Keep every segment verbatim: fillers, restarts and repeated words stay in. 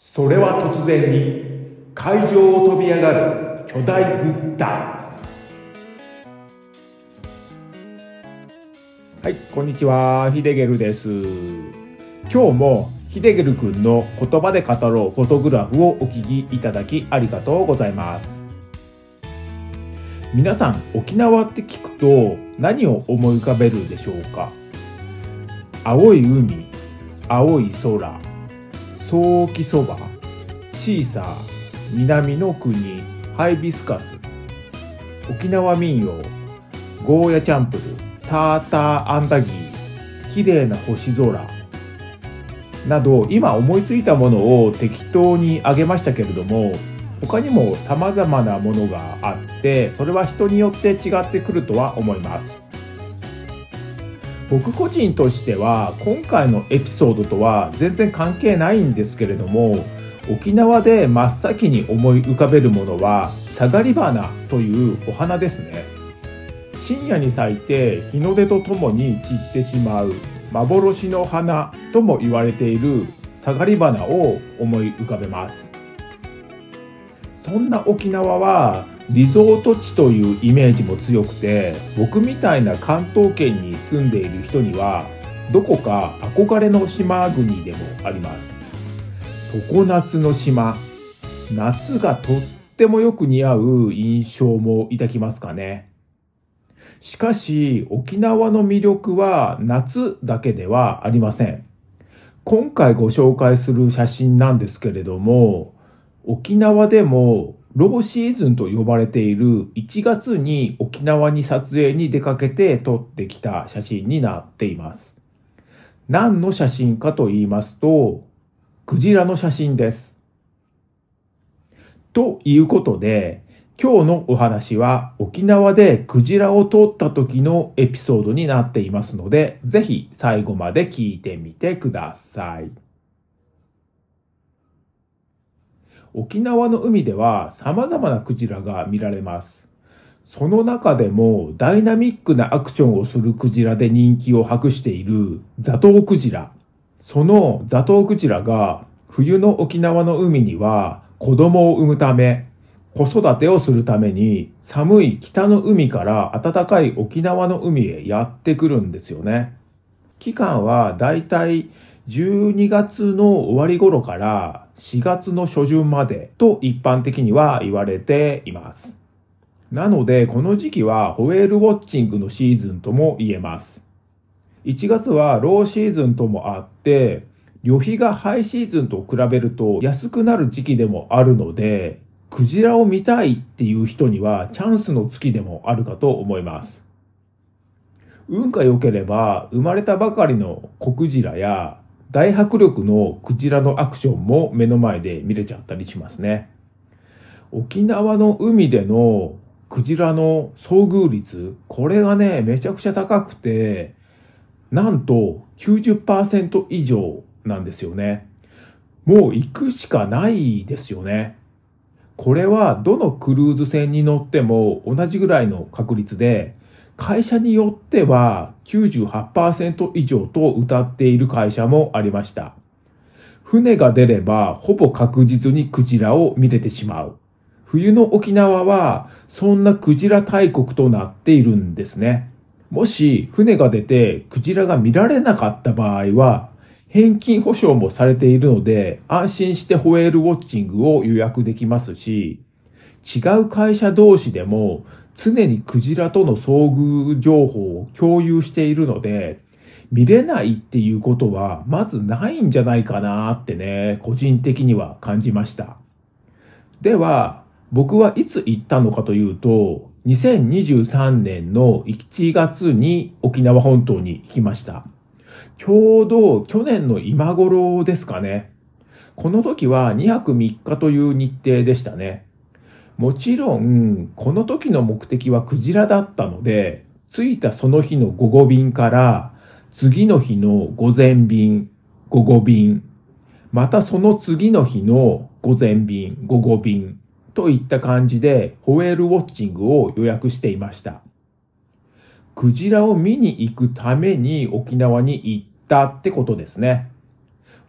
それは突然に海上を飛び上がる巨大物体。はい、こんにちは、ヒデゲルです。今日もヒデゲル君の言葉で語ろうフォトグラフをお聞きいただきありがとうございます。皆さん、沖縄って聞くと何を思い浮かべるでしょうか？青い海、青い空、ソーキそば、シーサー、南の国、ハイビスカス、沖縄民謡、ゴーヤチャンプル、サーターアンダギー、綺麗な星空など、今思いついたものを適当に挙げましたけれども、他にも様々なものがあって、それは人によって違ってくるとは思います。僕個人としては今回のエピソードとは全然関係ないんですけれども、沖縄で真っ先に思い浮かべるものはサガリバナというお花ですね。深夜に咲いて日の出とともに散ってしまう幻の花とも言われているサガリバナを思い浮かべます。そんな沖縄はリゾート地というイメージも強くて、僕みたいな関東圏に住んでいる人にはどこか憧れの島国でもあります。常夏の島、夏がとってもよく似合う印象も抱きますかね。しかし沖縄の魅力は夏だけではありません。今回ご紹介する写真なんですけれども、沖縄でもローシーズンと呼ばれているいちがつに沖縄に撮影に出かけて撮ってきた写真になっています。何の写真かと言いますと、クジラの写真です。ということで、今日のお話は沖縄でクジラを撮った時のエピソードになっていますので、ぜひ最後まで聞いてみてください。沖縄の海では様々なクジラが見られます。その中でもダイナミックなアクションをするクジラで人気を博しているザトウクジラ。そのザトウクジラが冬の沖縄の海には子供を産むため、子育てをするために寒い北の海から暖かい沖縄の海へやってくるんですよね。期間はだいたいじゅうにがつの終わり頃からしがつの初旬までと一般的には言われています。なのでこの時期はホエールウォッチングのシーズンとも言えます。いちがつはローシーズンともあって、旅費がハイシーズンと比べると安くなる時期でもあるので、クジラを見たいっていう人にはチャンスの月でもあるかと思います。運が良ければ生まれたばかりの子クジラや大迫力のクジラのアクションも目の前で見れちゃったりしますね。沖縄の海でのクジラの遭遇率、これがね、めちゃくちゃ高くて、なんと きゅうじゅっパーセント 以上なんですよね。もう行くしかないですよね。これはどのクルーズ船に乗っても同じぐらいの確率で、会社によっては きゅうじゅうはちパーセント 以上と謳っている会社もありました。船が出ればほぼ確実にクジラを見れてしまう。冬の沖縄はそんなクジラ大国となっているんですね。もし船が出てクジラが見られなかった場合は返金保証もされているので安心してホエールウォッチングを予約できますし、違う会社同士でも常にクジラとの遭遇情報を共有しているので、見れないっていうことはまずないんじゃないかなってね、個人的には感じました。では、僕はいつ行ったのかというと、にせんにじゅうさんねんのいちがつに沖縄本島に行きました。ちょうど去年の今頃ですかね。この時はにはくみっかという日程でしたね。もちろん、この時の目的はクジラだったので、着いたその日の午後便から、次の日の午前便、午後便、またその次の日の午前便、午後便といった感じで、ホエールウォッチングを予約していました。クジラを見に行くために沖縄に行ったってことですね。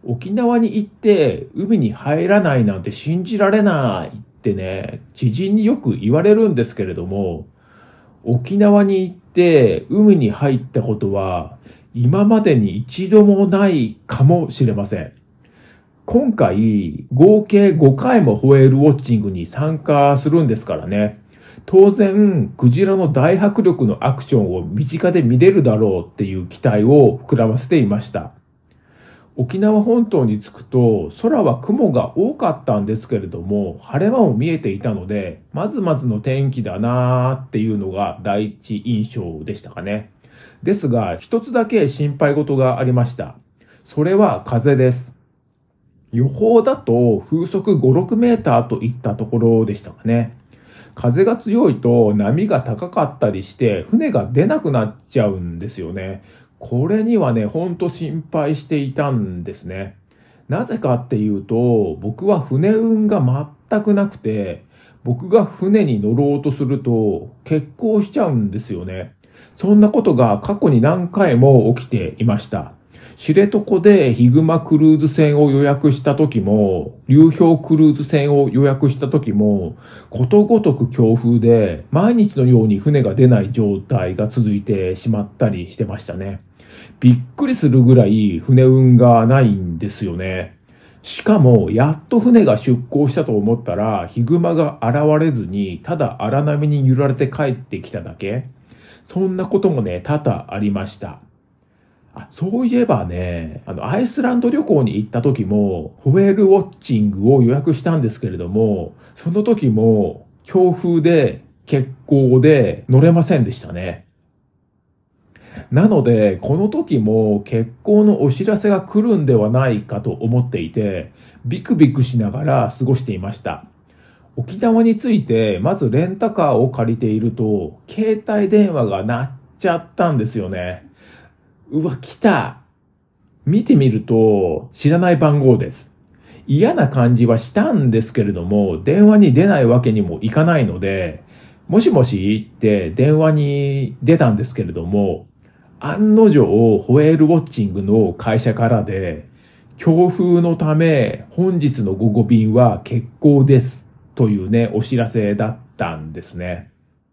沖縄に行って海に入らないなんて信じられないってね、知人によく言われるんですけれども、沖縄に行って海に入ったことは今までに一度もないかもしれません。今回合計ごかいもホエールウォッチングに参加するんですからね。当然、クジラの大迫力のアクションを身近で見れるだろうっていう期待を膨らませていました。沖縄本島に着くと空は雲が多かったんですけれども、晴れ間も見えていたので、まずまずの天気だなーっていうのが第一印象でしたかね。ですが、一つだけ心配事がありました。それは風です。予報だと風速ご、ろくメーターといったところでしたかね。風が強いと波が高かったりして船が出なくなっちゃうんですよね。これにはね、ほんと心配していたんですね。なぜかっていうと、僕は船運が全くなくて、僕が船に乗ろうとすると欠航しちゃうんですよね。そんなことが過去に何回も起きていました。知床でヒグマクルーズ船を予約した時も、流氷クルーズ船を予約した時も、ことごとく強風で毎日のように船が出ない状態が続いてしまったりしてましたね。びっくりするぐらい船運がないんですよね。しかも、やっと船が出港したと思ったら、ヒグマが現れずに、ただ荒波に揺られて帰ってきただけ。そんなこともね、多々ありました。あ、そういえばね、あの、アイスランド旅行に行った時も、ホエールウォッチングを予約したんですけれども、その時も、強風で、欠航で乗れませんでしたね。なので、この時も欠航のお知らせが来るんではないかと思っていて、ビクビクしながら過ごしていました。沖縄に着いて、まずレンタカーを借りていると、携帯電話が鳴っちゃったんですよね。うわ、来た。見てみると、知らない番号です。嫌な感じはしたんですけれども、電話に出ないわけにもいかないので、もしもしって電話に出たんですけれども、案の定ホエールウォッチングの会社からで、強風のため本日の午後便は欠航ですというね、お知らせだったんですね。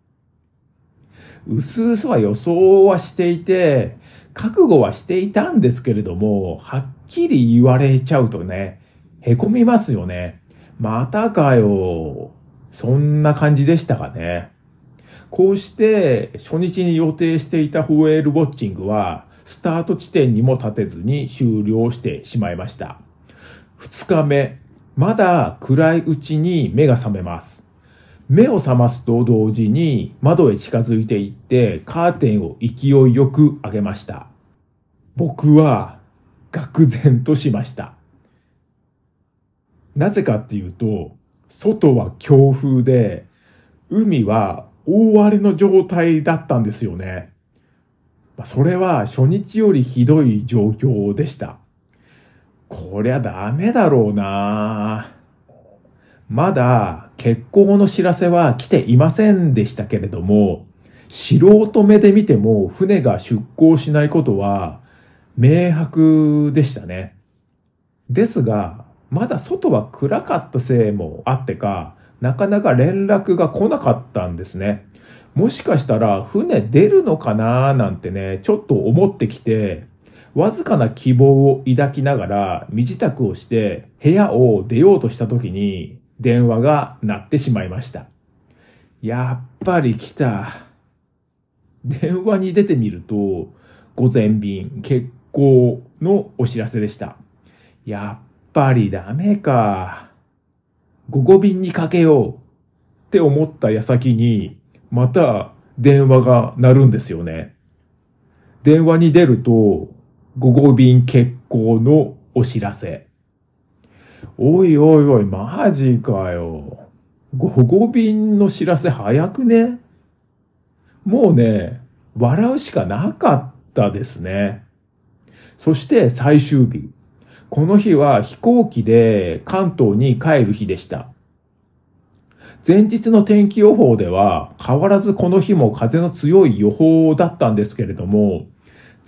うすうすは予想はしていて、覚悟はしていたんですけれども、はっきり言われちゃうとね、へこみますよね。またかよ。そんな感じでしたかね。こうして初日に予定していたホエールウォッチングはスタート地点にも立てずに終了してしまいました。二日目、まだ暗いうちに目が覚めます。目を覚ますと同時に窓へ近づいていってカーテンを勢いよく上げました。僕は愕然としました。なぜかっていうと、外は強風で、海は大荒れの状態だったんですよね。それは初日よりひどい状況でした。こりゃダメだろうな。まだ欠航の知らせは来ていませんでしたけれども、素人目で見ても船が出港しないことは明白でしたね。ですが、まだ外は暗かったせいもあってか、なかなか連絡が来なかったんですね。もしかしたら船出るのかななんてね、ちょっと思ってきて、わずかな希望を抱きながら身支度をして部屋を出ようとした時に電話が鳴ってしまいました。やっぱり来た。電話に出てみると、午前便欠航のお知らせでした。やっぱりダメか。午後便にかけようって思った矢先に、また電話が鳴るんですよね。電話に出ると、午後便欠航のお知らせ。おいおいおい、マジかよ。午後便の知らせ早くね。もうね、笑うしかなかったですね。そして最終日。この日は飛行機で関東に帰る日でした。前日の天気予報では変わらずこの日も風の強い予報だったんですけれども、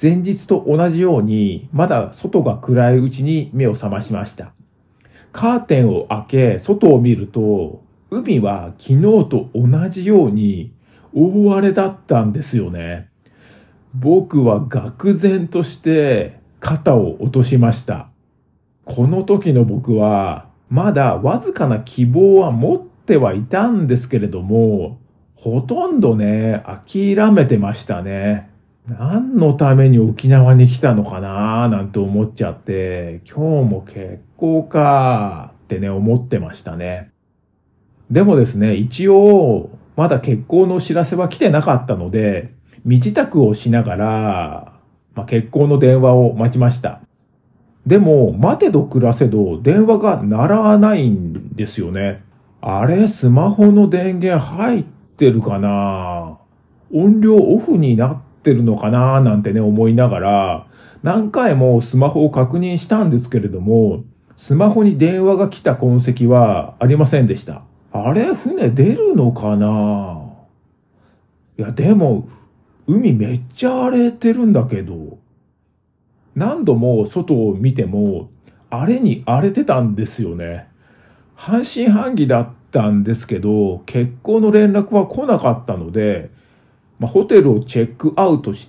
前日と同じように、まだ外が暗いうちに目を覚ましました。カーテンを開け、外を見ると、海は昨日と同じように大荒れだったんですよね。僕は愕然として肩を落としました。この時の僕は、まだわずかな希望は持ってはいたんですけれども、ほとんどね、諦めてましたね。何のために沖縄に来たのかなーなんて思っちゃって、今日も結構かーってね、思ってましたね。でもですね、一応、まだ結婚のお知らせは来てなかったので、身支度をしながら、まあ、結婚の電話を待ちました。でも、待てど暮らせど電話が鳴らないんですよね。あれ、スマホの電源入ってるかな？音量オフになってるのかななんてね、思いながら、何回もスマホを確認したんですけれども、スマホに電話が来た痕跡はありませんでした。あれ、船出るのかな？いや、でも、海めっちゃ荒れてるんだけど、何度も外を見ても、荒れに荒れてたんですよね。半信半疑だったんですけど、欠航の連絡は来なかったので、まあ、ホテルをチェックアウトして、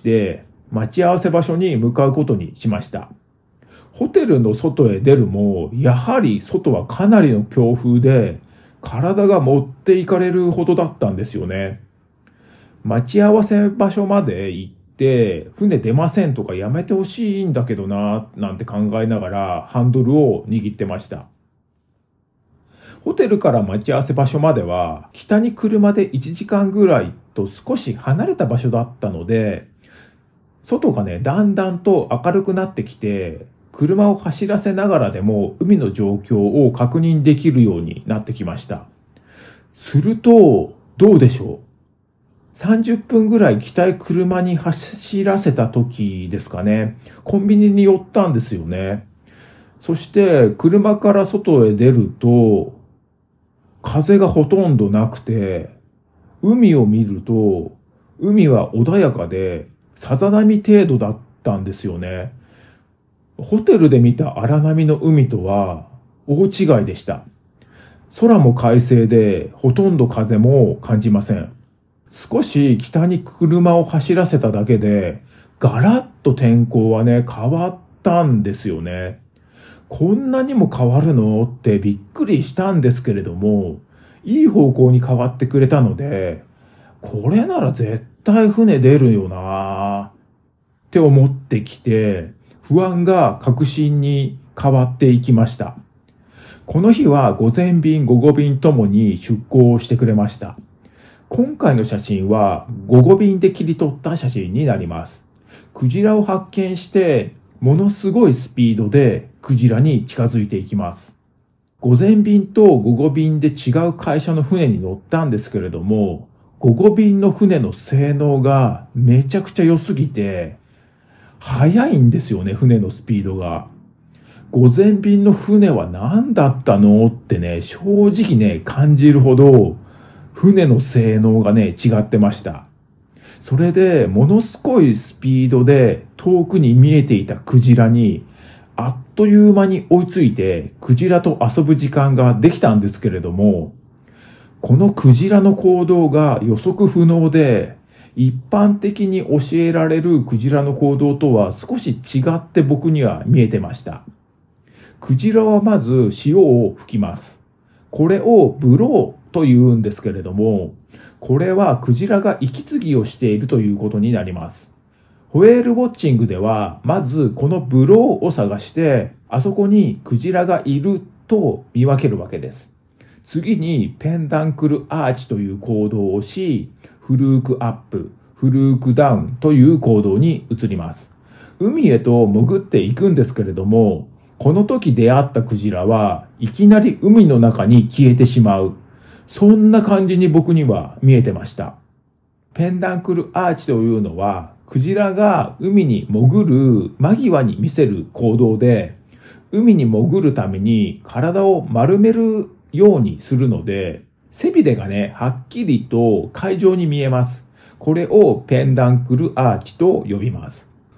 待ち合わせ場所に向かうことにしました。ホテルの外へ出るも、やはり外はかなりの強風で、体が持っていかれるほどだったんですよね。待ち合わせ場所まで行って、船出ませんとかやめてほしいんだけどな、なんて考えながらハンドルを握ってました。ホテルから待ち合わせ場所までは、北に車でいちじかんぐらいと少し離れた場所だったので、外がね、だんだんと明るくなってきて、車を走らせながらでも海の状況を確認できるようになってきました。すると、どうでしょう。さんじゅっぷんぐらい北へ車に走らせた時ですかね。コンビニに寄ったんですよね。そして車から外へ出ると、風がほとんどなくて、海を見ると、海は穏やかで、さざ波程度だったんですよね。ホテルで見た荒波の海とは大違いでした。空も快晴で、ほとんど風も感じません。少し北に車を走らせただけで、ガラッと天候はね、変わったんですよね。こんなにも変わるのってびっくりしたんですけれども、いい方向に変わってくれたので、これなら絶対船出るよなって思ってきて、不安が確信に変わっていきました。この日は午前便、午後便ともに出航してくれました。今回の写真は午後便で切り取った写真になります。クジラを発見して、ものすごいスピードでクジラに近づいていきます。午前便と午後便で違う会社の船に乗ったんですけれども、午後便の船の性能がめちゃくちゃ良すぎて、速いんですよね、船のスピードが。午前便の船は何だったのってね、正直ね、感じるほど、船の性能がね、違ってました。それで、ものすごいスピードで遠くに見えていたクジラに、あっという間に追いついて、クジラと遊ぶ時間ができたんですけれども、このクジラの行動が予測不能で、一般的に教えられるクジラの行動とは少し違って僕には見えてました。クジラはまず潮を吹きます。これをブローと言うんですけれども、これはクジラが息継ぎをしているということになります。ホエールウォッチングでは、まずこのブローを探して、あそこにクジラがいると見分けるわけです。次にペンダンクルアーチという行動をし、フルークアップ、フルークダウンという行動に移ります。海へと潜っていくんですけれども、この時出会ったクジラはいきなり海の中に消えてしまう。そんな感じに僕には見えてました。ペンダンクルアーチというのは、クジラが海に潜る間際に見せる行動で、海に潜るために体を丸めるようにするので、背びれがね、はっきりと海上に見えます。これをペンダンクルアーチと呼びます。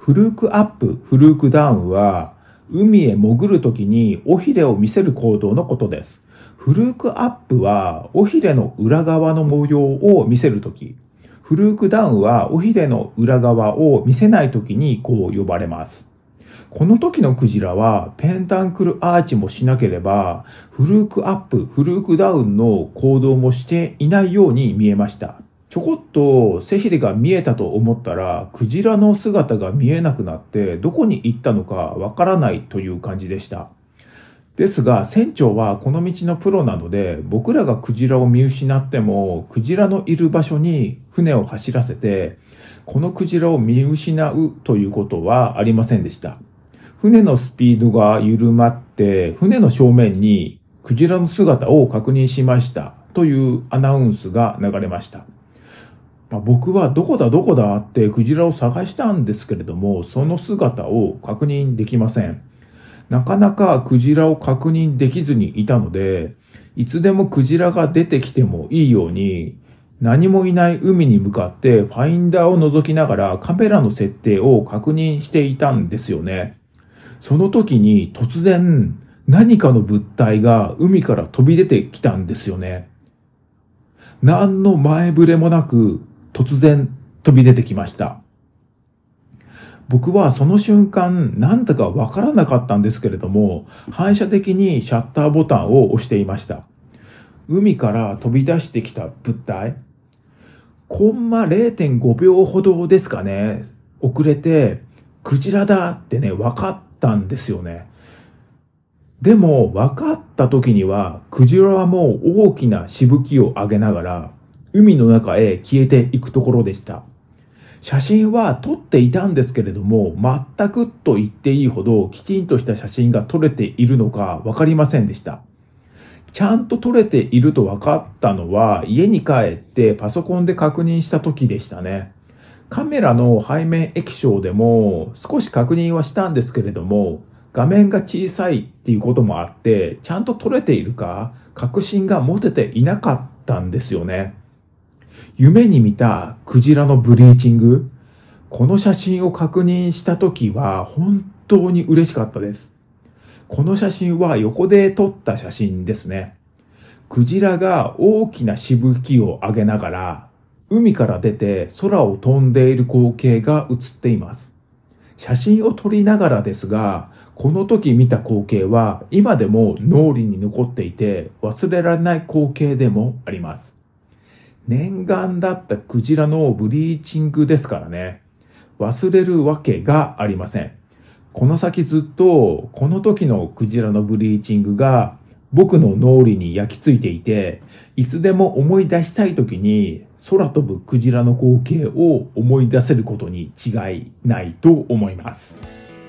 フルークアップ、フルークダウンは海へ潜るときに尾ひれを見せる行動のことです。フルークアップは尾ひれの裏側の模様を見せるとき、フルークダウンは尾ひれの裏側を見せないときにこう呼ばれます。この時のクジラはペンタンクルアーチもしなければフルークアップ、フルークダウンの行動もしていないように見えました。ちょこっと背ひれが見えたと思ったらクジラの姿が見えなくなってどこに行ったのかわからないという感じでした。ですが船長はこの道のプロなので僕らがクジラを見失ってもクジラのいる場所に船を走らせてこのクジラを見失うということはありませんでした。船のスピードが緩まって船の正面にクジラの姿を確認しましたというアナウンスが流れました。まあ、僕はどこだどこだってクジラを探したんですけれどもその姿を確認できません。なかなかクジラを確認できずにいたのでいつでもクジラが出てきてもいいように何もいない海に向かってファインダーを覗きながらカメラの設定を確認していたんですよね。その時に突然何かの物体が海から飛び出てきたんですよね。何の前触れもなく突然飛び出てきました。僕はその瞬間何だかわからなかったんですけれども反射的にシャッターボタンを押していました。海から飛び出してきた物体、コンマ れいてんごびょうほどですかね、遅れてクジラだってね分かったんですよね。でも分かった時にはクジラはもう大きなしぶきを上げながら海の中へ消えていくところでした。写真は撮っていたんですけれども全くと言っていいほどきちんとした写真が撮れているのか分かりませんでした。ちゃんと撮れていると分かったのは家に帰ってパソコンで確認した時でしたね。カメラの背面液晶でも少し確認はしたんですけれども画面が小さいっていうこともあってちゃんと撮れているか確信が持てていなかったんですよね。夢に見たクジラのブリーチング、この写真を確認した時は本当に嬉しかったです。この写真は横で撮った写真ですね。クジラが大きなしぶきを上げながら海から出て空を飛んでいる光景が写っています。写真を撮りながらですが、この時見た光景は今でも脳裏に残っていて忘れられない光景でもあります。念願だったクジラのブリーチングですからね。忘れるわけがありません。この先ずっとこの時のクジラのブリーチングが僕の脳裏に焼き付いていて、いつでも思い出したい時に空飛ぶクジラの光景を思い出せることに違いないと思います。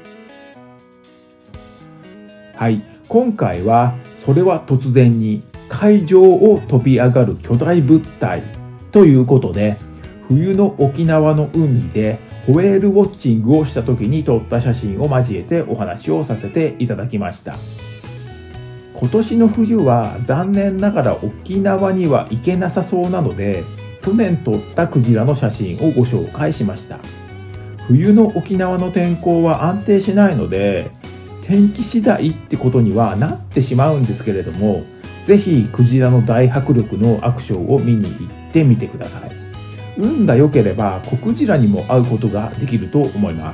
はい、今回はそれは突然に海上を飛び上がる巨大物体ということで、冬の沖縄の海でホエールウォッチングをした時に撮った写真を交えてお話をさせていただきました。今年の冬は残念ながら沖縄には行けなさそうなので、去年撮ったクジラの写真をご紹介しました。冬の沖縄の天候は安定しないので、天気次第ってことにはなってしまうんですけれども、ぜひクジラの大迫力のアクションを見に行ってみてください。運が良ければコクジラにも会うことができると思います。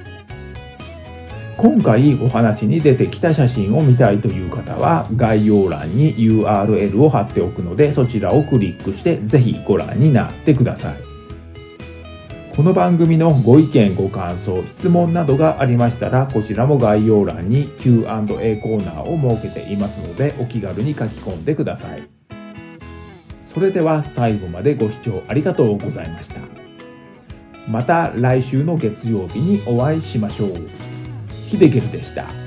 今回お話に出てきた写真を見たいという方は概要欄に ユーアールエル を貼っておくので、そちらをクリックしてぜひご覧になってください。この番組のご意見ご感想質問などがありましたら、こちらも概要欄に キューアンドエー コーナーを設けていますので、お気軽に書き込んでください。それでは最後までご視聴ありがとうございました。また来週の月曜日にお会いしましょう。ヒデゲルでした。